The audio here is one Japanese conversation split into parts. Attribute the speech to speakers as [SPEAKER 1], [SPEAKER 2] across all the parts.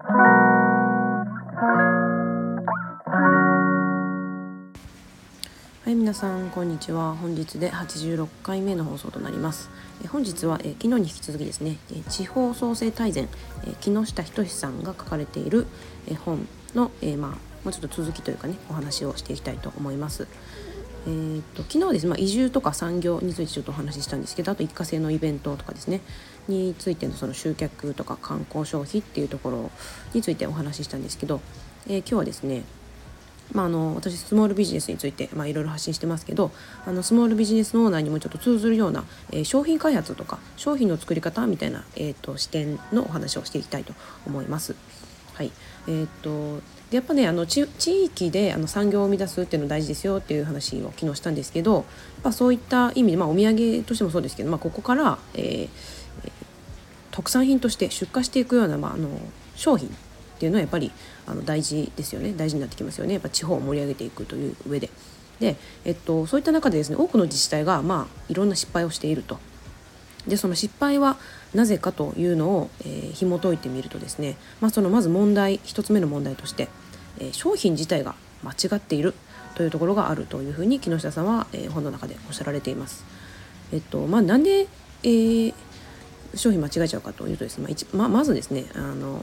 [SPEAKER 1] はい、皆さんこんにちは。本日で86回目の放送となります。本日は昨日に引き続きですね、地方創生大全、木下仁さんが書かれている本の、もうちょっと続きというかね、お話をしていきたいと思います。昨日ですね、移住とか産業についてちょっとお話ししたんですけど、あと一過性のイベントとかですねについてのその集客とか観光消費っていうところについてお話ししたんですけど、今日はですね、私スモールビジネスについていろいろ発信してますけど、スモールビジネスオーナーにもちょっと通ずるような、商品開発とか商品の作り方みたいな、視点のお話をしていきたいと思います。はい、でやっぱね、地域で産業を生み出すっていうの大事ですよっていう話を昨日したんですけど、やっぱそういった意味で、お土産としてもそうですけど、ここから、特産品として出荷していくような、商品っていうのはやっぱり大事ですよね。大事になってきますよね。やっぱ地方を盛り上げていくという上で。で、そういった中でですね、多くの自治体がいろんな失敗をしていると。でその失敗はなぜかというのを、紐解いてみるとですね、まず一つ目の問題として、商品自体が間違っているというところがあるというふうに木下さんは、本の中でおっしゃられています。なんで、商品間違えちゃうかというとですね、まずですね、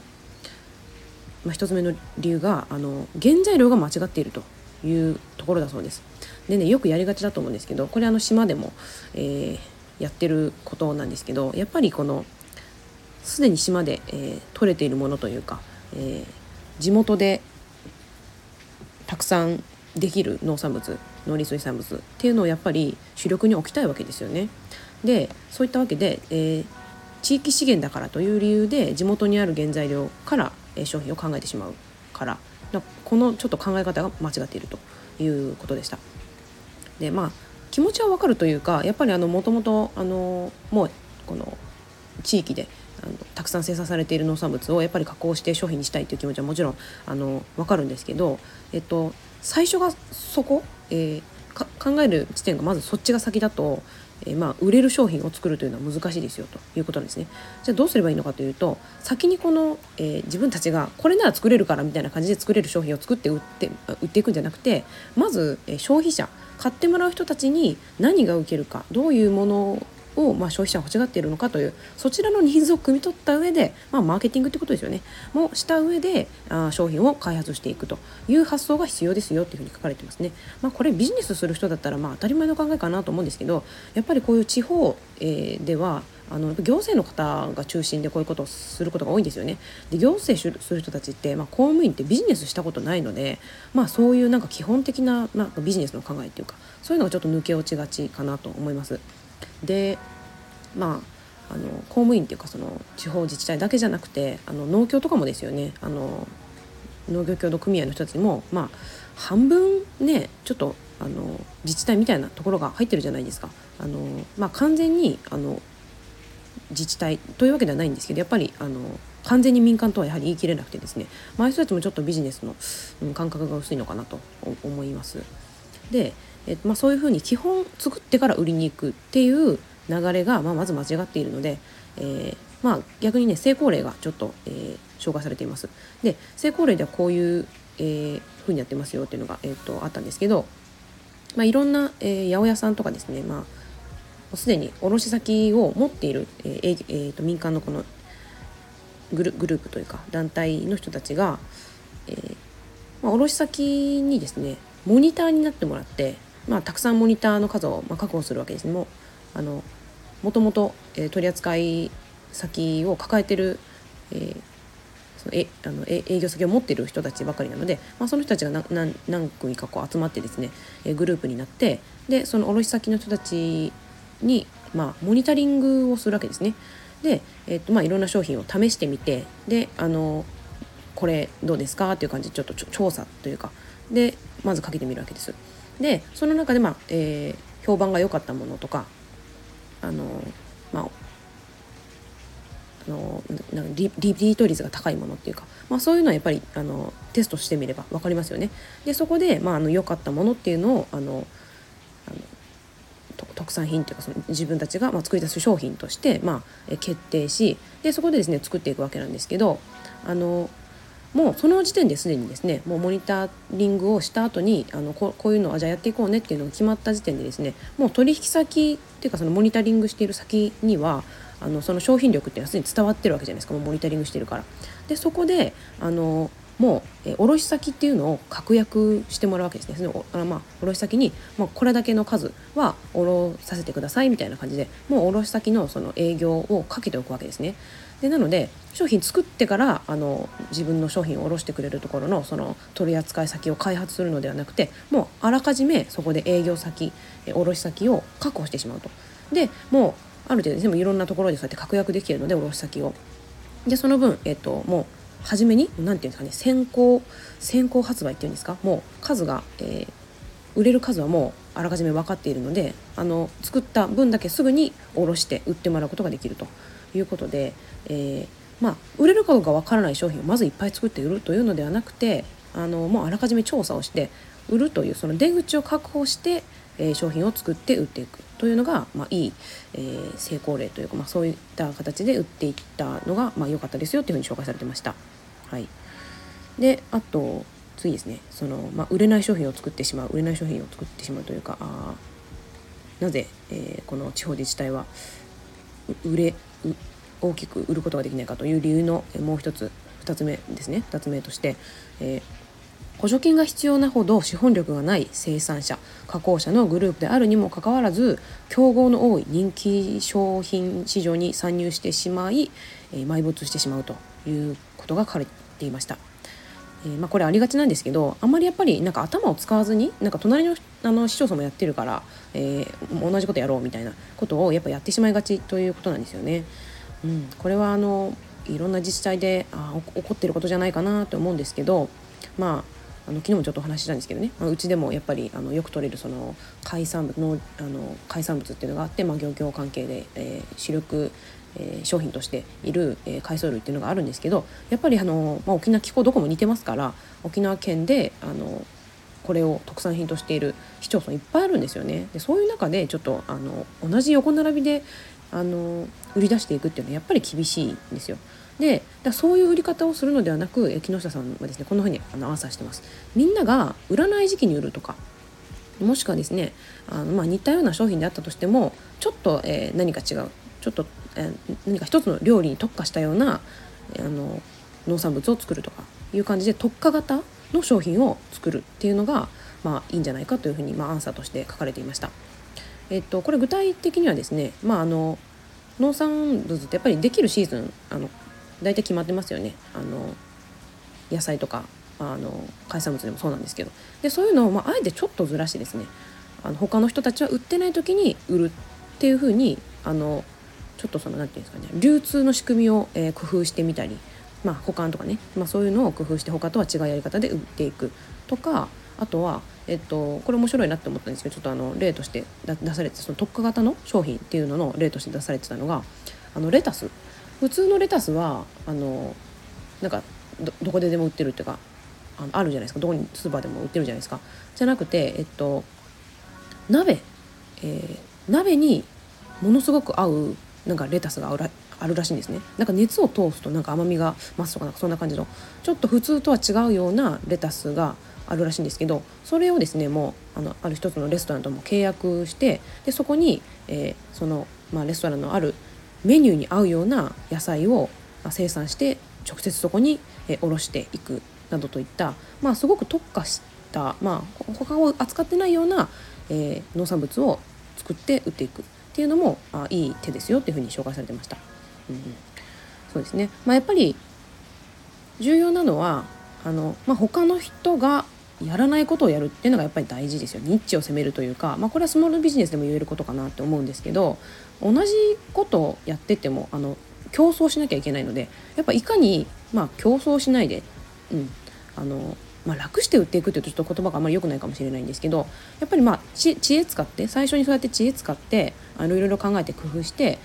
[SPEAKER 1] 一つ目の理由が原材料が間違っているというところだそうです。でね、よくやりがちだと思うんですけど、これ島でも、やってることなんですけど、やっぱりこのすでに島で、取れているものというか、地元でたくさんできる農林水産物っていうのをやっぱり主力に置きたいわけですよね。でそういったわけで、地域資源だからという理由で地元にある原材料から商品を考えてしまうからこのちょっと考え方が間違っているということでした。で気持ちはわかるというか、やっぱりもともともうこの地域でたくさん生産されている農産物をやっぱり加工して商品にしたいという気持ちはもちろんわかるんですけど、最初がそこ、考える地点がまずそっちが先だと、売れる商品を作るというのは難しいですよということなんですね。じゃあどうすればいいのかというと、先にこの、自分たちがこれなら作れるからみたいな感じで作れる商品を作って売っていくんじゃなくて、まず、消費者買ってもらう人たちに何が受けるか、どういうものを、消費者は欲しがっているのかというそちらのニーズを汲み取った上で、マーケティングってことですよねもした上で商品を開発していくという発想が必要ですよっていうふうに書かれてますね。これビジネスする人だったら当たり前の考えかなと思うんですけど、やっぱりこういう地方、では行政の方が中心でこういうことをすることが多いんですよね。で行政する人たちって、公務員ってビジネスしたことないので、そういう基本的な、ビジネスの考えっていうか、そういうのがちょっと抜け落ちがちかなと思います。で公務員っていうかその地方自治体だけじゃなくて農協とかもですよね。農業協同組合の人たちも半分ねちょっと自治体みたいなところが入ってるじゃないですか。完全に自治体というわけではないんですけど、やっぱり完全に民間とはやはり言い切れなくてですね、ああいう人たちもちょっとビジネスの、感覚が薄いのかなと思います。で、そういうふうに基本作ってから売りに行くっていう流れが、まず間違っているので、逆にね成功例がちょっと、紹介されています。で成功例ではこういう、ふうにやってますよっていうのが、あったんですけど、いろんな、八百屋さんとかですね、すでに卸先を持っている、民間のこのグループというか団体の人たちが、卸先にですねモニターになってもらって、たくさんモニターの数を、確保するわけですね。もともと取り扱い先を抱えてる、その営業先を持っている人たちばかりなので、その人たちが何組か集まってですね、グループになって、でその卸先の人たちに、モニタリングをするわけですね。で、いろんな商品を試してみて、でこれどうですかっていう感じでちょっと調査というかでまずかけてみるわけです。でその中で、評判が良かったものとかリピート率が高いものっていうか、そういうのはやっぱりテストしてみれば分かりますよね。でそこで、良かったものっていうのを特産品というかその自分たちが作り出す商品として、決定し、でそこでですね作っていくわけなんですけど、 もうその時点ですでにですね、もうモニタリングをした後にこういうのをじゃあやっていこうねっていうのが決まった時点でですね、もう取引先っていうかそのモニタリングしている先にはその商品力っていうのはすでに伝わってるわけじゃないですか。もうモニタリングしてるから。でそこでもう卸先っていうのを確約してもらうわけですね。卸先にもうこれだけの数は卸させてくださいみたいな感じで、もう卸先のその営業をかけておくわけですね。でなので商品作ってから自分の商品を卸してくれるところのその取り扱い先を開発するのではなくて、もうあらかじめそこで営業先卸先を確保してしまうと。でもうある程度ですね、いろんなところでそうやって確約できるので卸先を。でその分、もう初めに何ていうんですかね、先行発売っていうんですか、もう数が、売れる数はもうあらかじめ分かっているので、作った分だけすぐに卸して売ってもらうことができるということで、売れるかどうか分からない商品をまずいっぱい作って売るというのではなくて、もうあらかじめ調査をして売るというその出口を確保して、商品を作って売っていくというのが、いい、成功例というか、そういった形で売っていったのが良かったですよっていうふうに紹介されてました。はい、であと次ですね、売れない商品を作ってしまうというか、なぜ、この地方自治体は大きく売ることができないかという理由のもう一つ2つ目ですね。2つ目として、補助金が必要なほど資本力がない生産者加工者のグループであるにもかかわらず、競合の多い人気商品市場に参入してしまい、埋没してしまうということが書かれていました。これありがちなんですけど、あんまりやっぱり頭を使わずに隣の市町村もやってるから、同じことやろうみたいなことをやっぱやってしまいがちということなんですよね。これはいろんな自治体で起こってることじゃないかなと思うんですけど、昨日もちょっとお話ししたんですけどね、うちでもやっぱりよく取れるその海産物っていうのがあって、漁業関係で、主力商品としている海藻類っていうのがあるんですけど、やっぱり沖縄気候どこも似てますから、沖縄県でこれを特産品としている市町村いっぱいあるんですよね。でそういう中でちょっと同じ横並びで売り出していくっていうのはやっぱり厳しいんですよ。でそういう売り方をするのではなく、木下さんはですねこんな風にアンサーしてます。みんなが売らない時期に売るとか、もしくはですね似たような商品であったとしてもちょっと、何か違うちょっと、何か一つの料理に特化したような農産物を作るとかいう感じで特化型の商品を作るっていうのがいいんじゃないかというふうにアンサーとして書かれていました。これ具体的にはですね、農産物ってやっぱりできるシーズン大体決まってますよね。野菜とか海産物でもそうなんですけど、でそういうのをあえてちょっとずらしてですね、他の人たちは売ってない時に売るっていう風にちょっとなんていうんですかね、流通の仕組みを、工夫してみたり、保管とかね、そういうのを工夫して他とは違うやり方で売っていくとか、あとはこれ面白いなって思ったんですけど、ちょっと例として出されて、その特化型の商品っていうのの例として出されてたのがレタス。普通のレタスはどこででも売ってるっていうかあるじゃないですか。どこにスーパーでも売ってるじゃないですか。じゃなくて鍋、鍋にものすごく合うレタスがあるらしいんですね。熱を通すと甘みが増すとかそんな感じのちょっと普通とは違うようなレタスがあるらしいんですけど、それをですねもうある一つのレストランとも契約して、でそこに、レストランのあるメニューに合うような野菜を生産して直接そこに卸していくなどといった、すごく特化した、他を扱ってないような、農産物を作って売っていくっていうのもいい手ですよっていうふうに紹介されてました。そうですね。やっぱり重要なのは他の人がやらないことをやるっていうのがやっぱり大事ですよ。ニッチを攻めるというか、これはスモールビジネスでも言えることかなって思うんですけど、同じことをやってても競争しなきゃいけないので、やっぱいかに競争しないで、楽して売っていくというとちょっと言葉があまり良くないかもしれないんですけど、やっぱり知恵使って、最初にそうやって知恵使っていろいろ考えて工夫して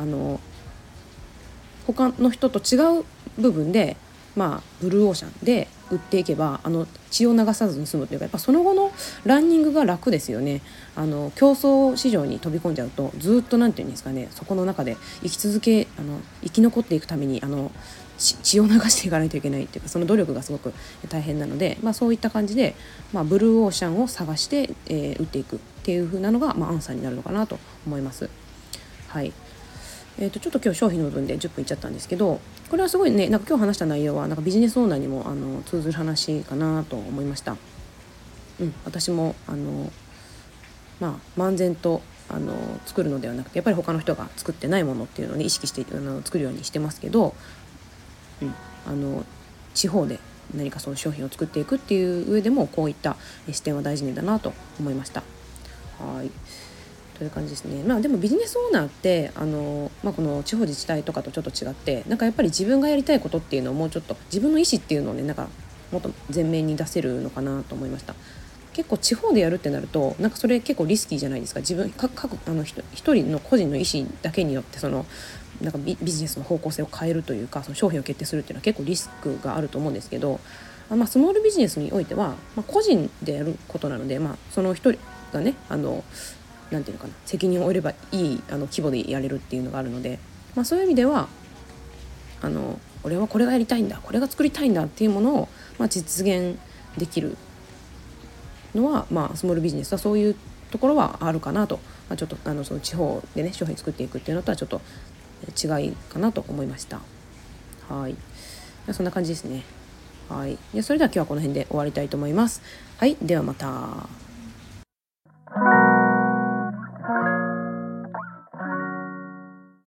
[SPEAKER 1] 他の人と違う部分でブルーオーシャンで売っていけば血を流さずに済むというか、やっぱその後のランニングが楽ですよね。競争市場に飛び込んじゃうとずっとなんていうんですかね、そこの中で生き残っていくために血を流していかないといけないっていうか、その努力がすごく大変なので、そういった感じで、ブルーオーシャンを探して、打っていくっていう風なのが、アンサーになるのかなと思います。はい。ちょっと今日商品の部分で10分いっちゃったんですけど、これはすごいね、なんか今日話した内容はなんかビジネスオーナーにも通ずる話かなと思いました。私も漫然と作るのではなくて、やっぱり他の人が作ってないものっていうのを、ね、意識して作るようにしてますけど、地方で何かその商品を作っていくっていう上でもこういった視点は大事だなと思いました。はい、という感じですね。でもビジネスオーナーってこの地方自治体とかとちょっと違って、なんかやっぱり自分がやりたいことっていうのをもうちょっと自分の意思っていうのをね、なんかもっと前面に出せるのかなと思いました。結構地方でやるってなると、なんかそれ結構リスキーじゃないですか。自分各一人の個人の意思だけによってなんかビジネスの方向性を変えるというか、その商品を決定するっていうのは結構リスクがあると思うんですけど、スモールビジネスにおいては、個人でやることなので、その一人がねなんていうのかな、責任を負えればいい規模でやれるっていうのがあるので、そういう意味では俺はこれがやりたいんだ、これが作りたいんだっていうものを、実現できるのは、スモールビジネスはそういうところはあるかなと、ちょっとその地方でね商品作っていくっていうのとはちょっと違いかなと思いました。はい、そんな感じですね。はい、それでは今日はこの辺で終わりたいと思います。はい、ではまた。